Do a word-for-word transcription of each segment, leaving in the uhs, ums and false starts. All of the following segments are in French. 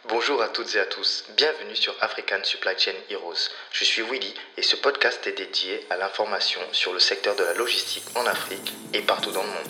Bonjour à toutes et à tous, bienvenue sur African Supply Chain Heroes. Je suis Willy et ce podcast est dédié à l'information sur le secteur de la logistique en Afrique et partout dans le monde.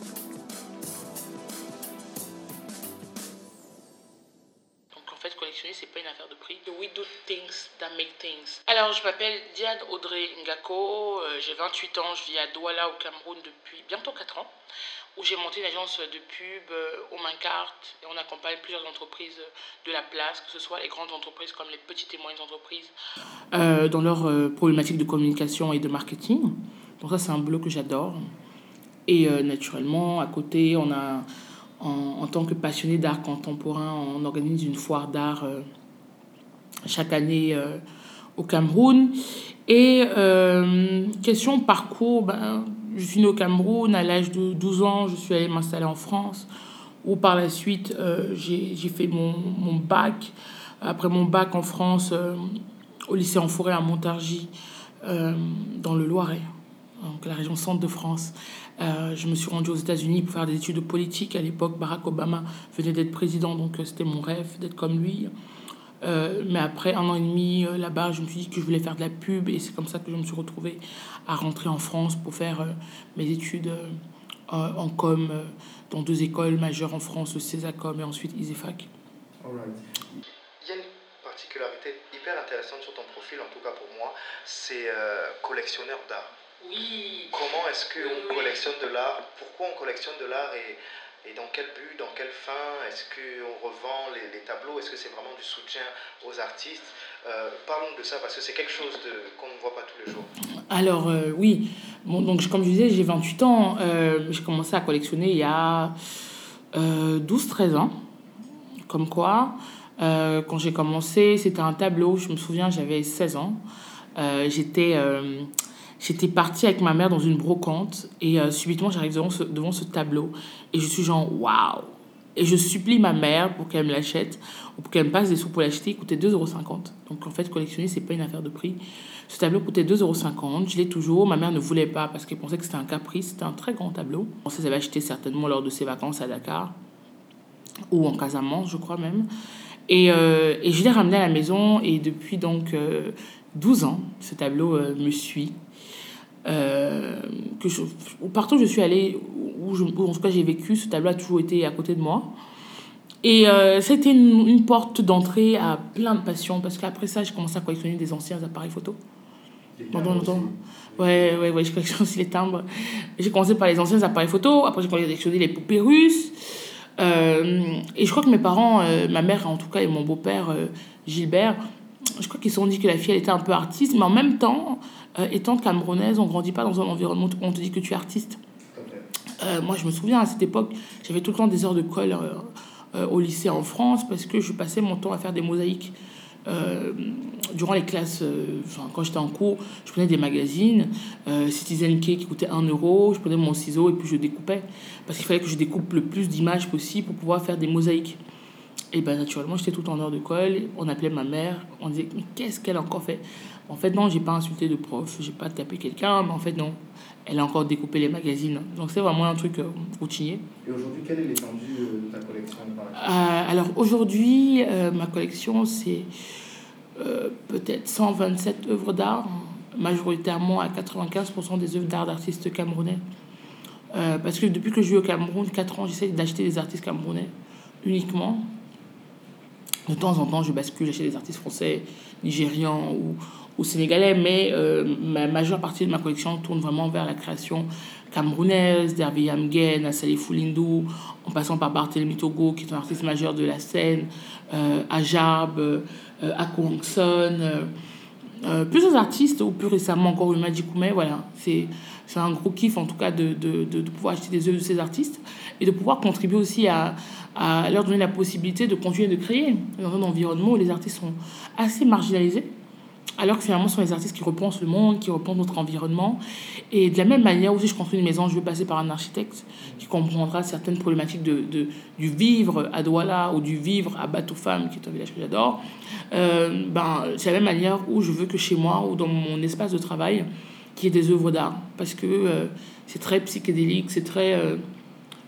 Donc en fait, collectionner, c'est pas une affaire de prix. We do things that make things. Alors, je m'appelle Diane Audrey Ngako, euh, j'ai vingt-huit ans, je vis à Douala au Cameroun depuis bientôt quatre ans, où j'ai monté une agence de pub euh, au Mincart et on accompagne plusieurs entreprises de la place, que ce soit les grandes entreprises comme les petites et moyennes entreprises, euh, dans leurs euh, problématiques de communication et de marketing. Donc ça, c'est un boulot que j'adore. Et euh, naturellement, à côté, on a, en, en tant que passionné d'art contemporain, on organise une foire d'art euh, chaque année euh, au Cameroun. Et euh, question parcours, ben, je suis née au Cameroun, à l'âge de douze ans, je suis allée m'installer en France, où par la suite, euh, j'ai, j'ai fait mon, mon bac. Après mon bac en France, euh, au lycée en forêt à Montargis, euh, dans le Loiret, donc la région centre de France. Euh, je me suis rendue aux États-Unis pour faire des études de politique. À l'époque, Barack Obama venait d'être président, donc euh, c'était mon rêve d'être comme lui. Euh, mais après un an et demi euh, là-bas, je me suis dit que je voulais faire de la pub et c'est comme ça que je me suis retrouvée à rentrer en France pour faire euh, mes études euh, en com euh, dans deux écoles majeures en France, le Césacom et ensuite ISEFAC. Alright. Il y a une particularité hyper intéressante sur ton profil, en tout cas pour moi, c'est euh, collectionneur d'art. Oui. Comment est-ce qu'on Oui. collectionne de l'art? Pourquoi on collectionne de l'art et, et dans quel but, dans quelle fin? Est-ce qu'on revend les, les tableaux? Est-ce que c'est vraiment du soutien aux artistes? euh, Parlons de ça parce que c'est quelque chose de, qu'on ne voit pas tous les jours. Alors, euh, oui. Bon, donc, comme je disais, j'ai vingt-huit ans. Euh, j'ai commencé à collectionner il y a euh, douze treize ans. Comme quoi, euh, quand j'ai commencé, c'était un tableau. Je me souviens, j'avais seize ans. Euh, j'étais... Euh, J'étais partie avec ma mère dans une brocante et euh, subitement j'arrive devant ce, devant ce tableau et je suis genre waouh! Et je supplie ma mère pour qu'elle me l'achète ou pour qu'elle me passe des sous pour l'acheter. Il coûtait deux euros cinquante. Donc en fait, collectionner, c'est pas une affaire de prix. Ce tableau coûtait deux euros cinquante. Je l'ai toujours. Ma mère ne voulait pas parce qu'elle pensait que c'était un caprice. C'était un très grand tableau. On s'est acheté certainement lors de ses vacances à Dakar ou en Casamance, je crois même. Et, euh, et je l'ai ramené à la maison et depuis donc euh, douze ans, ce tableau euh, me suit. Euh, que je, partout où je suis allée, où, je, où en tout cas j'ai vécu, ce tableau a toujours été à côté de moi. Et euh, c'était une, une porte d'entrée à plein de passions, parce qu'après ça, j'ai commencé à collectionner des anciens appareils photo. Pendant longtemps. Ouais, ouais, ouais, je collectionne aussi les timbres. J'ai commencé par les anciens appareils photo, après j'ai collectionné les poupées russes. Euh, et je crois que mes parents, euh, ma mère en tout cas, et mon beau-père euh, Gilbert, je crois qu'ils se sont dit que la fille elle était un peu artiste, mais en même temps, euh, étant camerounaise, on ne grandit pas dans un environnement où on te dit que tu es artiste. Euh, moi, je me souviens, à cette époque, j'avais tout le temps des heures de colle euh, euh, au lycée en France parce que je passais mon temps à faire des mosaïques. Euh, durant les classes, euh, enfin, quand j'étais en cours, je prenais des magazines, euh, Citizen K qui coûtait un euro, je prenais mon ciseau et puis je découpais. Parce qu'il fallait que je découpe le plus d'images possible pour pouvoir faire des mosaïques. Et bien, naturellement, j'étais tout en heure de colle. On appelait ma mère. On disait, mais qu'est-ce qu'elle a encore fait? En fait, non, j'ai pas insulté de prof. J'ai pas tapé quelqu'un. Mais en fait, non. Elle a encore découpé les magazines. Donc, c'est vraiment un truc euh, routinier. Et aujourd'hui, quelle est l'étendue de ta collection par euh, Alors, aujourd'hui, euh, ma collection, c'est euh, peut-être cent vingt-sept œuvres d'art. Majoritairement à quatre-vingt-quinze pour cent des œuvres d'art d'artistes camerounais. Euh, parce que depuis que je vis au Cameroun, quatre ans, j'essaie d'acheter des artistes camerounais uniquement. De temps en temps, je bascule, j'achète des artistes français, nigérians ou, ou sénégalais, mais euh, ma majeure partie de ma collection tourne vraiment vers la création camerounaise, d'Hervé Yamgen, à Salifou Lindou, en passant par Barthélemy Togo, qui est un artiste majeur de la scène, euh, Ajab, euh, Ako Hongson, euh, euh, plusieurs artistes, ou plus récemment encore Uma Djikoumé, voilà. C'est, c'est un gros kiff, en tout cas, de, de, de, de pouvoir acheter des œuvres de ces artistes et de pouvoir contribuer aussi à, à leur donner la possibilité de continuer de créer dans un environnement où les artistes sont assez marginalisés, alors que finalement, ce sont les artistes qui repensent le monde, qui repensent notre environnement. Et de la même manière, aussi, je construis une maison, je veux passer par un architecte qui comprendra certaines problématiques de, de, du vivre à Douala ou du vivre à Batoufam, qui est un village que j'adore. Euh, ben, c'est la même manière où je veux que chez moi ou dans mon espace de travail, qu'il y ait des œuvres d'art. Parce que euh, c'est très psychédélique, c'est très... Euh,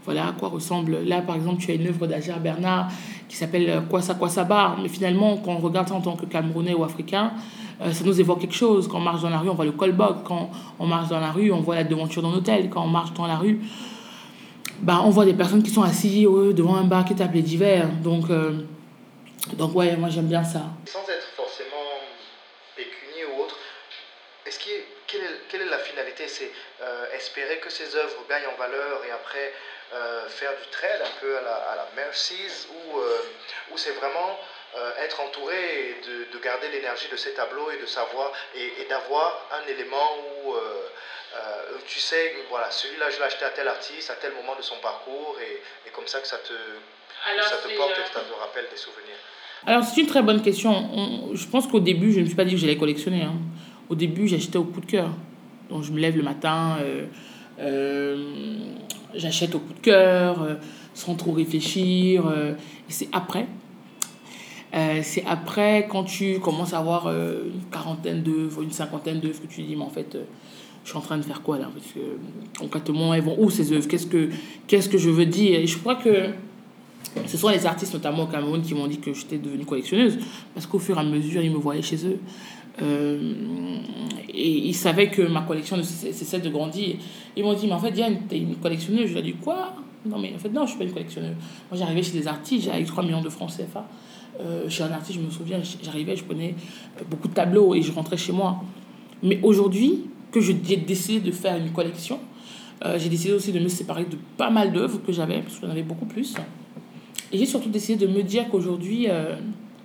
voilà à quoi ressemble. Là, par exemple, tu as une œuvre d'Ajar Bernard qui s'appelle Kwassa Kwassa Bar. Mais finalement, quand on regarde ça en tant que Camerounais ou Africain, euh, ça nous évoque quelque chose. Quand on marche dans la rue, on voit le kolbok. Quand on marche dans la rue, on voit la devanture d'un hôtel. Quand on marche dans la rue, bah, on voit des personnes qui sont assises eux, devant un bar qui est appelé d'hiver. Donc, euh, donc, ouais, moi, j'aime bien ça. Sans être forcément pécunier ou autre, est-ce qu'il est, quelle, est, quelle est la finalité? C'est euh, espérer que ces œuvres gagnent en valeur et après euh, faire du trade un peu à la, à la Macy's, ou, euh, ou c'est vraiment euh, être entouré et de, de garder l'énergie de ces tableaux et de savoir et, et d'avoir un élément où euh, euh, tu sais, voilà, celui-là je l'ai acheté à tel artiste à tel moment de son parcours, et, et comme ça que ça te, Alors, ça te porte et que ça te rappelle des souvenirs. Alors, c'est une très bonne question. On, je pense qu'au début, je ne me suis pas dit que j'allais collectionner. Hein. Au début, j'achetais au coup de cœur. Donc, je me lève le matin, euh, euh, j'achète au coup de cœur, euh, sans trop réfléchir. Euh, et c'est après. Euh, c'est après, quand tu commences à avoir euh, une quarantaine d'œuvres, une cinquantaine d'œuvres, que tu dis, mais en fait, euh, je suis en train de faire quoi là? Parce que, concrètement, elles vont où ces œuvres? Qu'est-ce que, qu'est-ce que je veux dire? Et je crois que ce sont les artistes, notamment au Cameroun, qui m'ont dit que j'étais devenue collectionneuse. Parce qu'au fur et à mesure, ils me voyaient chez eux. Euh, et ils savaient que ma collection cessait de grandir. Ils m'ont dit, mais en fait, Diane, t'es une collectionneuse. Je leur ai dit, quoi? Non, mais en fait, non, je ne suis pas une collectionneuse. Moi, j'arrivais chez des artistes, j'avais trois millions de francs C F A. Euh, chez un artiste, je me souviens, j'arrivais, je prenais beaucoup de tableaux et je rentrais chez moi. Mais aujourd'hui, que j'ai décidé de faire une collection, euh, j'ai décidé aussi de me séparer de pas mal d'œuvres que j'avais, parce que j'en avais beaucoup plus. Et j'ai surtout décidé de me dire qu'aujourd'hui, euh,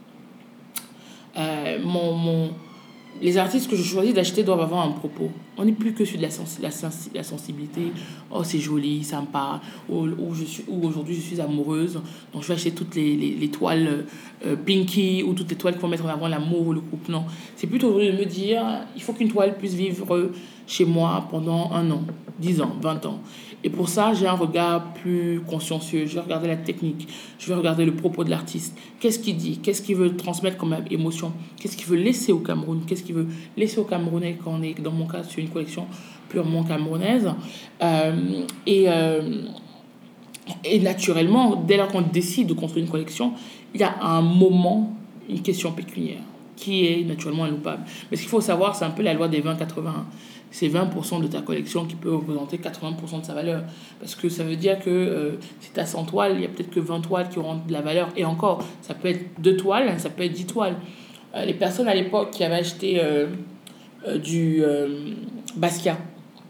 euh, mon, mon, les artistes que je choisis d'acheter doivent avoir un propos. On n'est plus que sur de la, sens, la, sens, la sensibilité. Oh, c'est joli, sympa. Ou, ou, je suis, ou aujourd'hui, je suis amoureuse. Donc, je vais acheter toutes les, les, les toiles euh, Pinky ou toutes les toiles qui vont mettre en avant l'amour ou le couple. Non. C'est plutôt de me dire, il faut qu'une toile puisse vivre chez moi pendant un an, dix ans, vingt ans. Et pour ça, j'ai un regard plus consciencieux. Je vais regarder la technique. Je vais regarder le propos de l'artiste. Qu'est-ce qu'il dit? Qu'est-ce qu'il veut transmettre comme émotion? Qu'est-ce qu'il veut laisser au Cameroun? Qu'est-ce qu'il veut laisser aux Camerounais quand on est, dans mon cas, sur une collection purement camerounaise? euh, et, euh, et naturellement, dès lors qu'on décide de construire une collection, il y a un moment, une question pécuniaire qui est naturellement inloupable. Mais ce qu'il faut savoir, c'est un peu la loi des vingt quatre-vingts. C'est vingt pour cent de ta collection qui peut représenter quatre-vingts pour cent de sa valeur. Parce que ça veut dire que euh, si tu as cent toiles, il y a peut-être que vingt toiles qui auront de la valeur. Et encore, ça peut être deux toiles, ça peut être dix toiles. Euh, les personnes à l'époque qui avaient acheté euh, euh, du euh, Basquiat,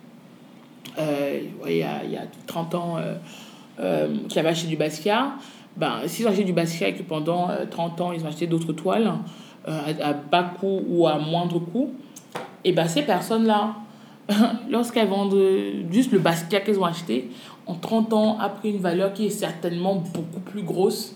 euh, ouais, il, y a, il y a trente ans, euh, euh, qui avaient acheté du Basquiat, ben, s'ils ont acheté du Basquiat et que pendant euh, trente ans, ils ont acheté d'autres toiles, euh, à, à bas coût ou à moindre coût, et ben, ces personnes-là, lorsqu'elles vendent juste le Basquiat qu'elles ont acheté, en trente ans, a pris une valeur qui est certainement beaucoup plus grosse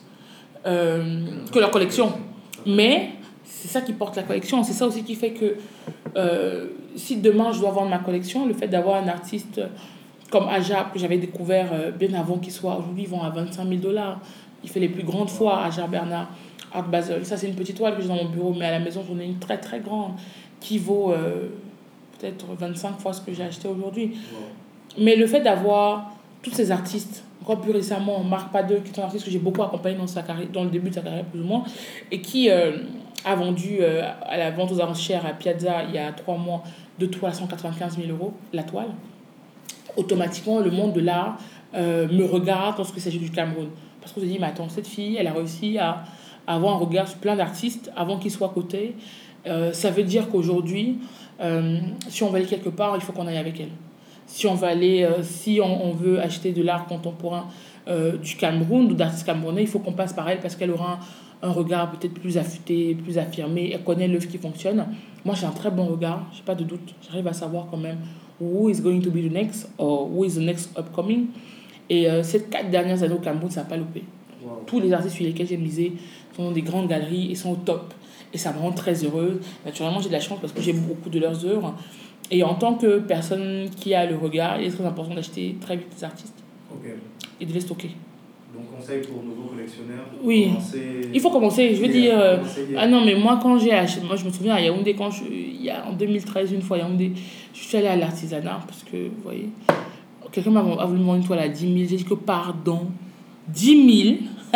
euh, que leur collection. Mais c'est ça qui porte la collection. C'est ça aussi qui fait que euh, si demain je dois vendre ma collection, le fait d'avoir un artiste comme Ajar, que j'avais découvert euh, bien avant qu'il soit, aujourd'hui, il vend à vingt-cinq mille dollars. Il fait les plus grandes foires, Ajar Bernard, Art Basel. Ça, c'est une petite toile que j'ai dans mon bureau, mais à la maison, j'en ai une très très grande qui vaut euh, peut-être vingt-cinq fois ce que j'ai acheté aujourd'hui. Wow. Mais le fait d'avoir tous ces artistes, encore plus récemment, Marc Padeux, qui est un artiste que j'ai beaucoup accompagné dans, sa carrière, dans le début de sa carrière, plus ou moins, et qui euh, a vendu euh, à la vente aux enchères à Piazza il y a trois mois deux toiles à cent quatre-vingt-quinze mille euros, la toile. Automatiquement, le monde de l'art euh, me regarde lorsqu'il s'agit du Cameroun. Parce qu'on se dit, mais attends, cette fille, elle a réussi à, à avoir un regard sur plein d'artistes avant qu'ils soient cotés. Euh, ça veut dire qu'aujourd'hui, euh, si on va aller quelque part, il faut qu'on aille avec elle. Si on, va aller, euh, si on, on veut acheter de l'art contemporain euh, du Cameroun ou d'artistes camerounais, il faut qu'on passe par elle parce qu'elle aura un, un regard peut-être plus affûté, plus affirmé. Elle connaît l'œuvre qui fonctionne. Moi, j'ai un très bon regard, je n'ai pas de doute. J'arrive à savoir quand même who is going to be the next or who is the next upcoming. Et euh, ces quatre dernières années au Cameroun, ça n'a pas loupé. Wow. Tous les artistes sur lesquels j'ai misé sont dans des grandes galeries et sont au top. Et ça me rend très heureuse. Naturellement, j'ai de la chance parce que j'aime beaucoup de leurs œuvres. Et en tant que personne qui a le regard, il est très important d'acheter très vite des artistes. Okay. Et de les stocker. Donc, conseil pour nouveaux collectionneurs? Oui. Commencer... Il faut commencer. Je veux dire... Euh, ah non, mais moi, quand j'ai acheté... Moi, je me souviens, à Yaoundé, quand je, il y a, en deux mille treize, une fois, à Yaoundé, je suis allée à l'artisanat parce que, vous voyez... quelqu'un m'a voulu me vendre une toile à dix mille. J'ai dit que pardon, dix mille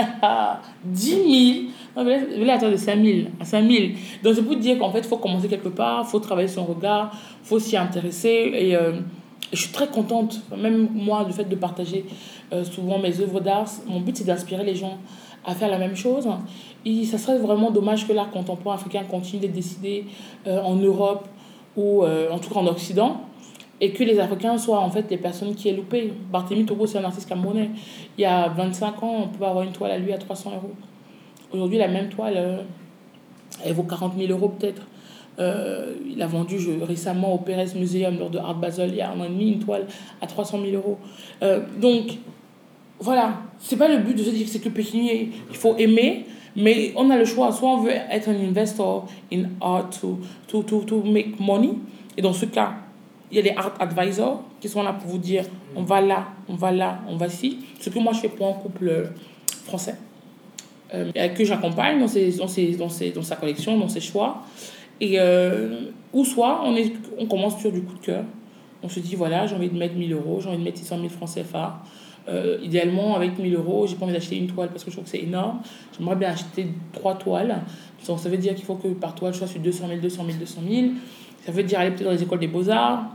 dix mille. Non, mais là, là attends, de cinq mille à cinq mille. Donc, c'est pour dire qu'en fait, il faut commencer quelque part, il faut travailler son regard, il faut s'y intéresser. Et euh, je suis très contente, même moi, du fait de partager euh, souvent mes œuvres d'art. Mon but, c'est d'inspirer les gens à faire la même chose. Et ça serait vraiment dommage que l'art contemporain africain continue d'être décidé euh, en Europe ou euh, en tout cas en Occident, et que les Africains soient en fait les personnes qui aient loupé. Barthélemy Togo, c'est un artiste camerounais. Il y a vingt-cinq ans, on pouvait avoir une toile à lui à trois cents euros. Aujourd'hui, la même toile, euh, elle vaut quarante mille euros peut-être. Euh, il a vendu je, récemment au Pérez Museum lors de Art Basel, il y a un an et demi, une toile à trois cent mille euros. Euh, donc, voilà. C'est pas le but de se dire que c'est que pécunier. Il faut aimer, mais on a le choix. Soit on veut être un investor in art to, to, to, to make money. Et dans ce cas, il y a les art advisors qui sont là pour vous dire on va là, on va là, on va ici. Ce que moi je fais pour un couple français euh, que j'accompagne dans, ses, dans, ses, dans, ses, dans sa collection, dans ses choix. Et, euh, ou soit on, est, on commence sur du coup de cœur. On se dit voilà, j'ai envie de mettre mille euros, j'ai envie de mettre six cent mille francs C F A. Euh, idéalement, avec mille euros, j'ai pas envie d'acheter une toile parce que je trouve que c'est énorme. J'aimerais bien acheter trois toiles. Donc, ça veut dire qu'il faut que par toile, je sois sur deux cent mille, deux cent mille, deux cent mille. Ça veut dire aller peut-être dans les écoles des beaux-arts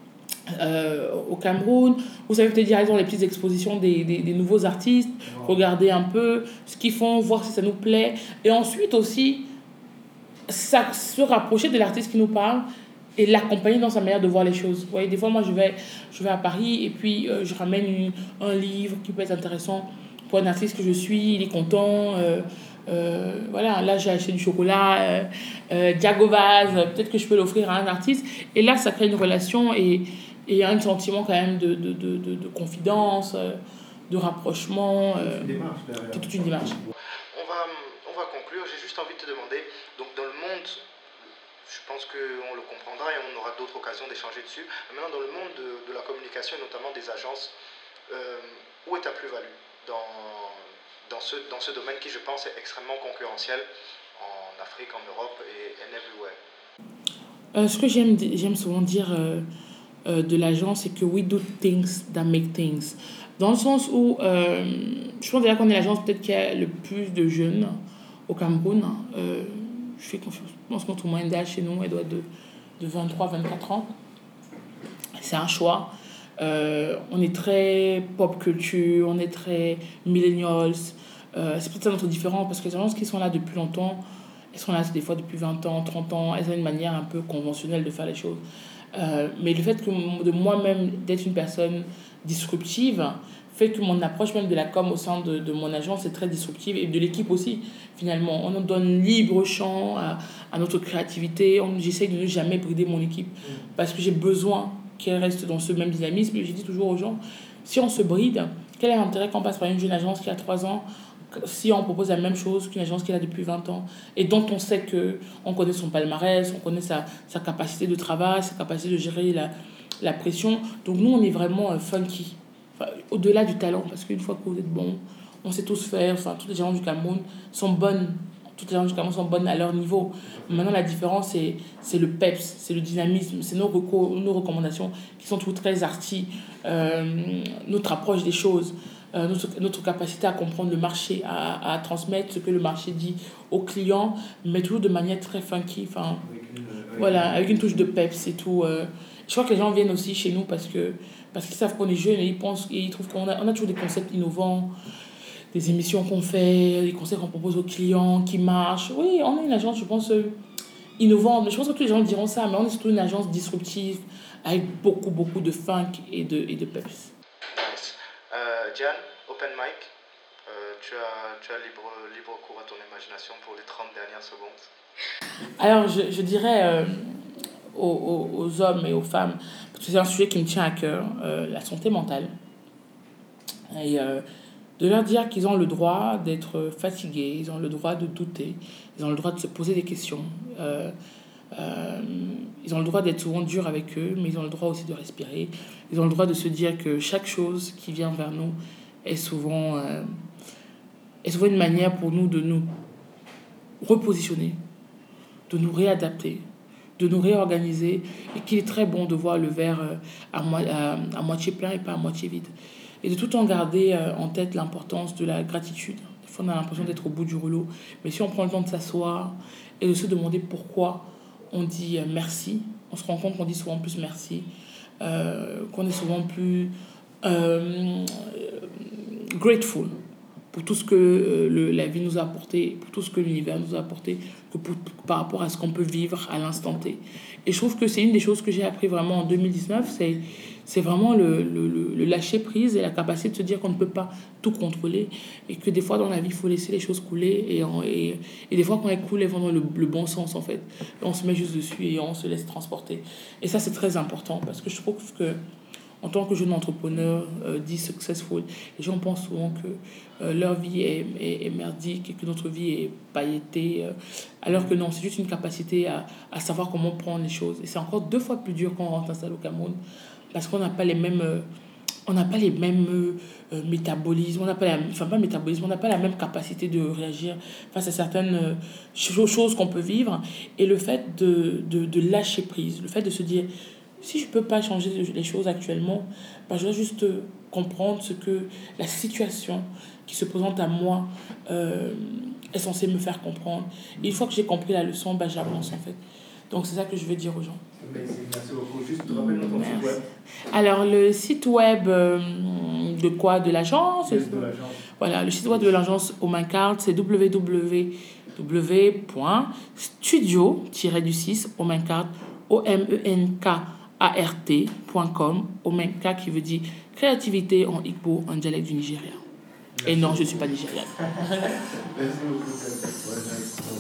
euh, au Cameroun. Ou ça veut peut-être dire aller dans les petites expositions des, des, des nouveaux artistes, regarder un peu ce qu'ils font, voir si ça nous plaît. Et ensuite aussi, ça, se rapprocher de l'artiste qui nous parle et l'accompagner dans sa manière de voir les choses. Vous voyez, des fois, moi, je vais, je vais à Paris et puis euh, je ramène une, un livre qui peut être intéressant pour un artiste que je suis, il est content. Euh, euh, voilà, là, j'ai acheté du chocolat, euh, euh, Diagovaz, peut-être que je peux l'offrir à un artiste. Et là, ça crée une relation et il y a un sentiment quand même de, de, de, de, de confidence, euh, de rapprochement. Euh, c'est toute une démarche. On va, on va conclure. J'ai juste envie de te demander, donc dans le monde, je pense qu'on le comprendra et on aura d'autres occasions d'échanger dessus. Mais maintenant, dans le monde de, de la communication et notamment des agences, euh, où est ta plus-value dans, dans, ce, dans ce domaine qui, je pense, est extrêmement concurrentiel en Afrique, en Europe et and everywhere? Euh, ce que j'aime, j'aime souvent dire euh, euh, de l'agence, c'est que we do things that make things. Dans le sens où, euh, je pense déjà qu'on est l'agence peut-être qui a le plus de jeunes au Cameroun. Euh, je fais confiance. Je pense que notre moyenne d'âge chez nous, elle doit être de, de vingt-trois à vingt-quatre ans. C'est un choix. Euh, on est très pop culture, on est très millennials. Euh, c'est peut-être ça notre différence parce que les agences qui sont là depuis longtemps, elles sont là des fois depuis vingt ans, trente ans, elles ont une manière un peu conventionnelle de faire les choses. Euh, mais le fait que de moi-même, d'être une personne disruptive, fait que mon approche même de la com au sein de, de mon agence est très disruptive et de l'équipe aussi, finalement. On nous donne libre champ à, à notre créativité. On, j'essaye de ne jamais brider mon équipe parce que j'ai besoin qu'elle reste dans ce même dynamisme. Et je dis toujours aux gens, si on se bride, quel est l'intérêt qu'on passe par une jeune agence qui a trois ans si on propose la même chose qu'une agence qui est là depuis vingt ans et dont on sait qu'on connaît son palmarès, on connaît sa, sa capacité de travail, sa capacité de gérer la, la pression. Donc nous, on est vraiment euh, funky. Enfin, au-delà du talent, parce qu'une fois que vous êtes bon, on sait tous faire. Enfin, toutes les gens du Cameroun sont bonnes. Toutes les gens du Cameroun sont bonnes à leur niveau. Maintenant, la différence, c'est, c'est le peps, c'est le dynamisme, c'est nos, reco- nos recommandations qui sont toutes très arty, euh, notre approche des choses, euh, notre, notre capacité à comprendre le marché, à, à transmettre ce que le marché dit aux clients, mais toujours de manière très funky. Enfin, avec une, avec voilà, avec une touche de peps et tout. Euh. Je crois que les gens viennent aussi chez nous parce que parce qu'ils savent qu'on est jeunes et ils pensent et ils trouvent qu'on a, on a toujours des concepts innovants, des émissions qu'on fait, des concepts qu'on propose aux clients qui marchent. Oui, on est une agence, je pense, innovante. Mais je pense que tous les gens diront ça, mais on est surtout une agence disruptive avec beaucoup, beaucoup de funk et de, et de peps. Nice. Euh, Diane, open mic. Euh, tu as, tu as libre, libre cours à ton imagination pour les trente dernières secondes. Alors, je, je dirais euh, aux, aux, aux hommes et aux femmes, parce que c'est un sujet qui me tient à cœur, euh, la santé mentale. Et euh, de leur dire qu'ils ont le droit d'être fatigués, ils ont le droit de douter, ils ont le droit de se poser des questions. Euh, euh, ils ont le droit d'être souvent durs avec eux, mais ils ont le droit aussi de respirer. Ils ont le droit de se dire que chaque chose qui vient vers nous est souvent, euh, est souvent une manière pour nous de nous repositionner, de nous réadapter, de nous réorganiser et qu'il est très bon de voir le verre euh, à, mo- à, à moitié plein et pas à moitié vide. Et de tout le temps garder euh, en tête l'importance de la gratitude. Des fois, on a l'impression d'être au bout du rouleau. Mais si on prend le temps de s'asseoir et de se demander pourquoi on dit euh, merci, on se rend compte qu'on dit souvent plus merci, euh, qu'on est souvent plus euh, grateful pour tout ce que euh, le, la vie nous a apporté, pour tout ce que l'univers nous a apporté, que pour, par rapport à ce qu'on peut vivre à l'instant T. Et je trouve que c'est une des choses que j'ai appris vraiment en deux mille dix-neuf, c'est, c'est vraiment le, le, le lâcher prise et la capacité de se dire qu'on ne peut pas tout contrôler et que des fois dans la vie, il faut laisser les choses couler et, en, et, et des fois quand elles coulent, elles vont dans le, le bon sens en fait. Et on se met juste dessus et on se laisse transporter. Et ça, c'est très important parce que je trouve que en tant que jeune entrepreneur euh, dit successful, les gens pensent souvent que euh, leur vie est, est, est merdique et que notre vie est pailletée, euh, alors que non, c'est juste une capacité à, à savoir comment prendre les choses. Et c'est encore deux fois plus dur quand on rentre installé au Cameroun, parce qu'on n'a pas les mêmes, euh, on n'a pas les mêmes euh, métabolismes, on n'a pas la, enfin pas métabolisme, on n'a pas la même capacité de réagir face à certaines euh, choses qu'on peut vivre. Et le fait de, de, de lâcher prise, le fait de se dire si je ne peux pas changer les choses actuellement, bah, je dois juste comprendre ce que la situation qui se présente à moi euh, est censée me faire comprendre. Et une fois que j'ai compris la leçon, bah, j'avance en fait. Donc c'est ça que je veux dire aux gens. Merci, merci beaucoup. Juste rappelle-nous ton site web. Alors le site web euh, de quoi? De l'agence, yes, de l'agence. Voilà, le site web de l'agence Omincart, c'est w w w point studio du six omincart o m e n k a r t point com, Omenka qui veut dire créativité en Igbo, en dialecte du Nigeria. Merci. Et non, je ne suis pas nigériane. Merci beaucoup.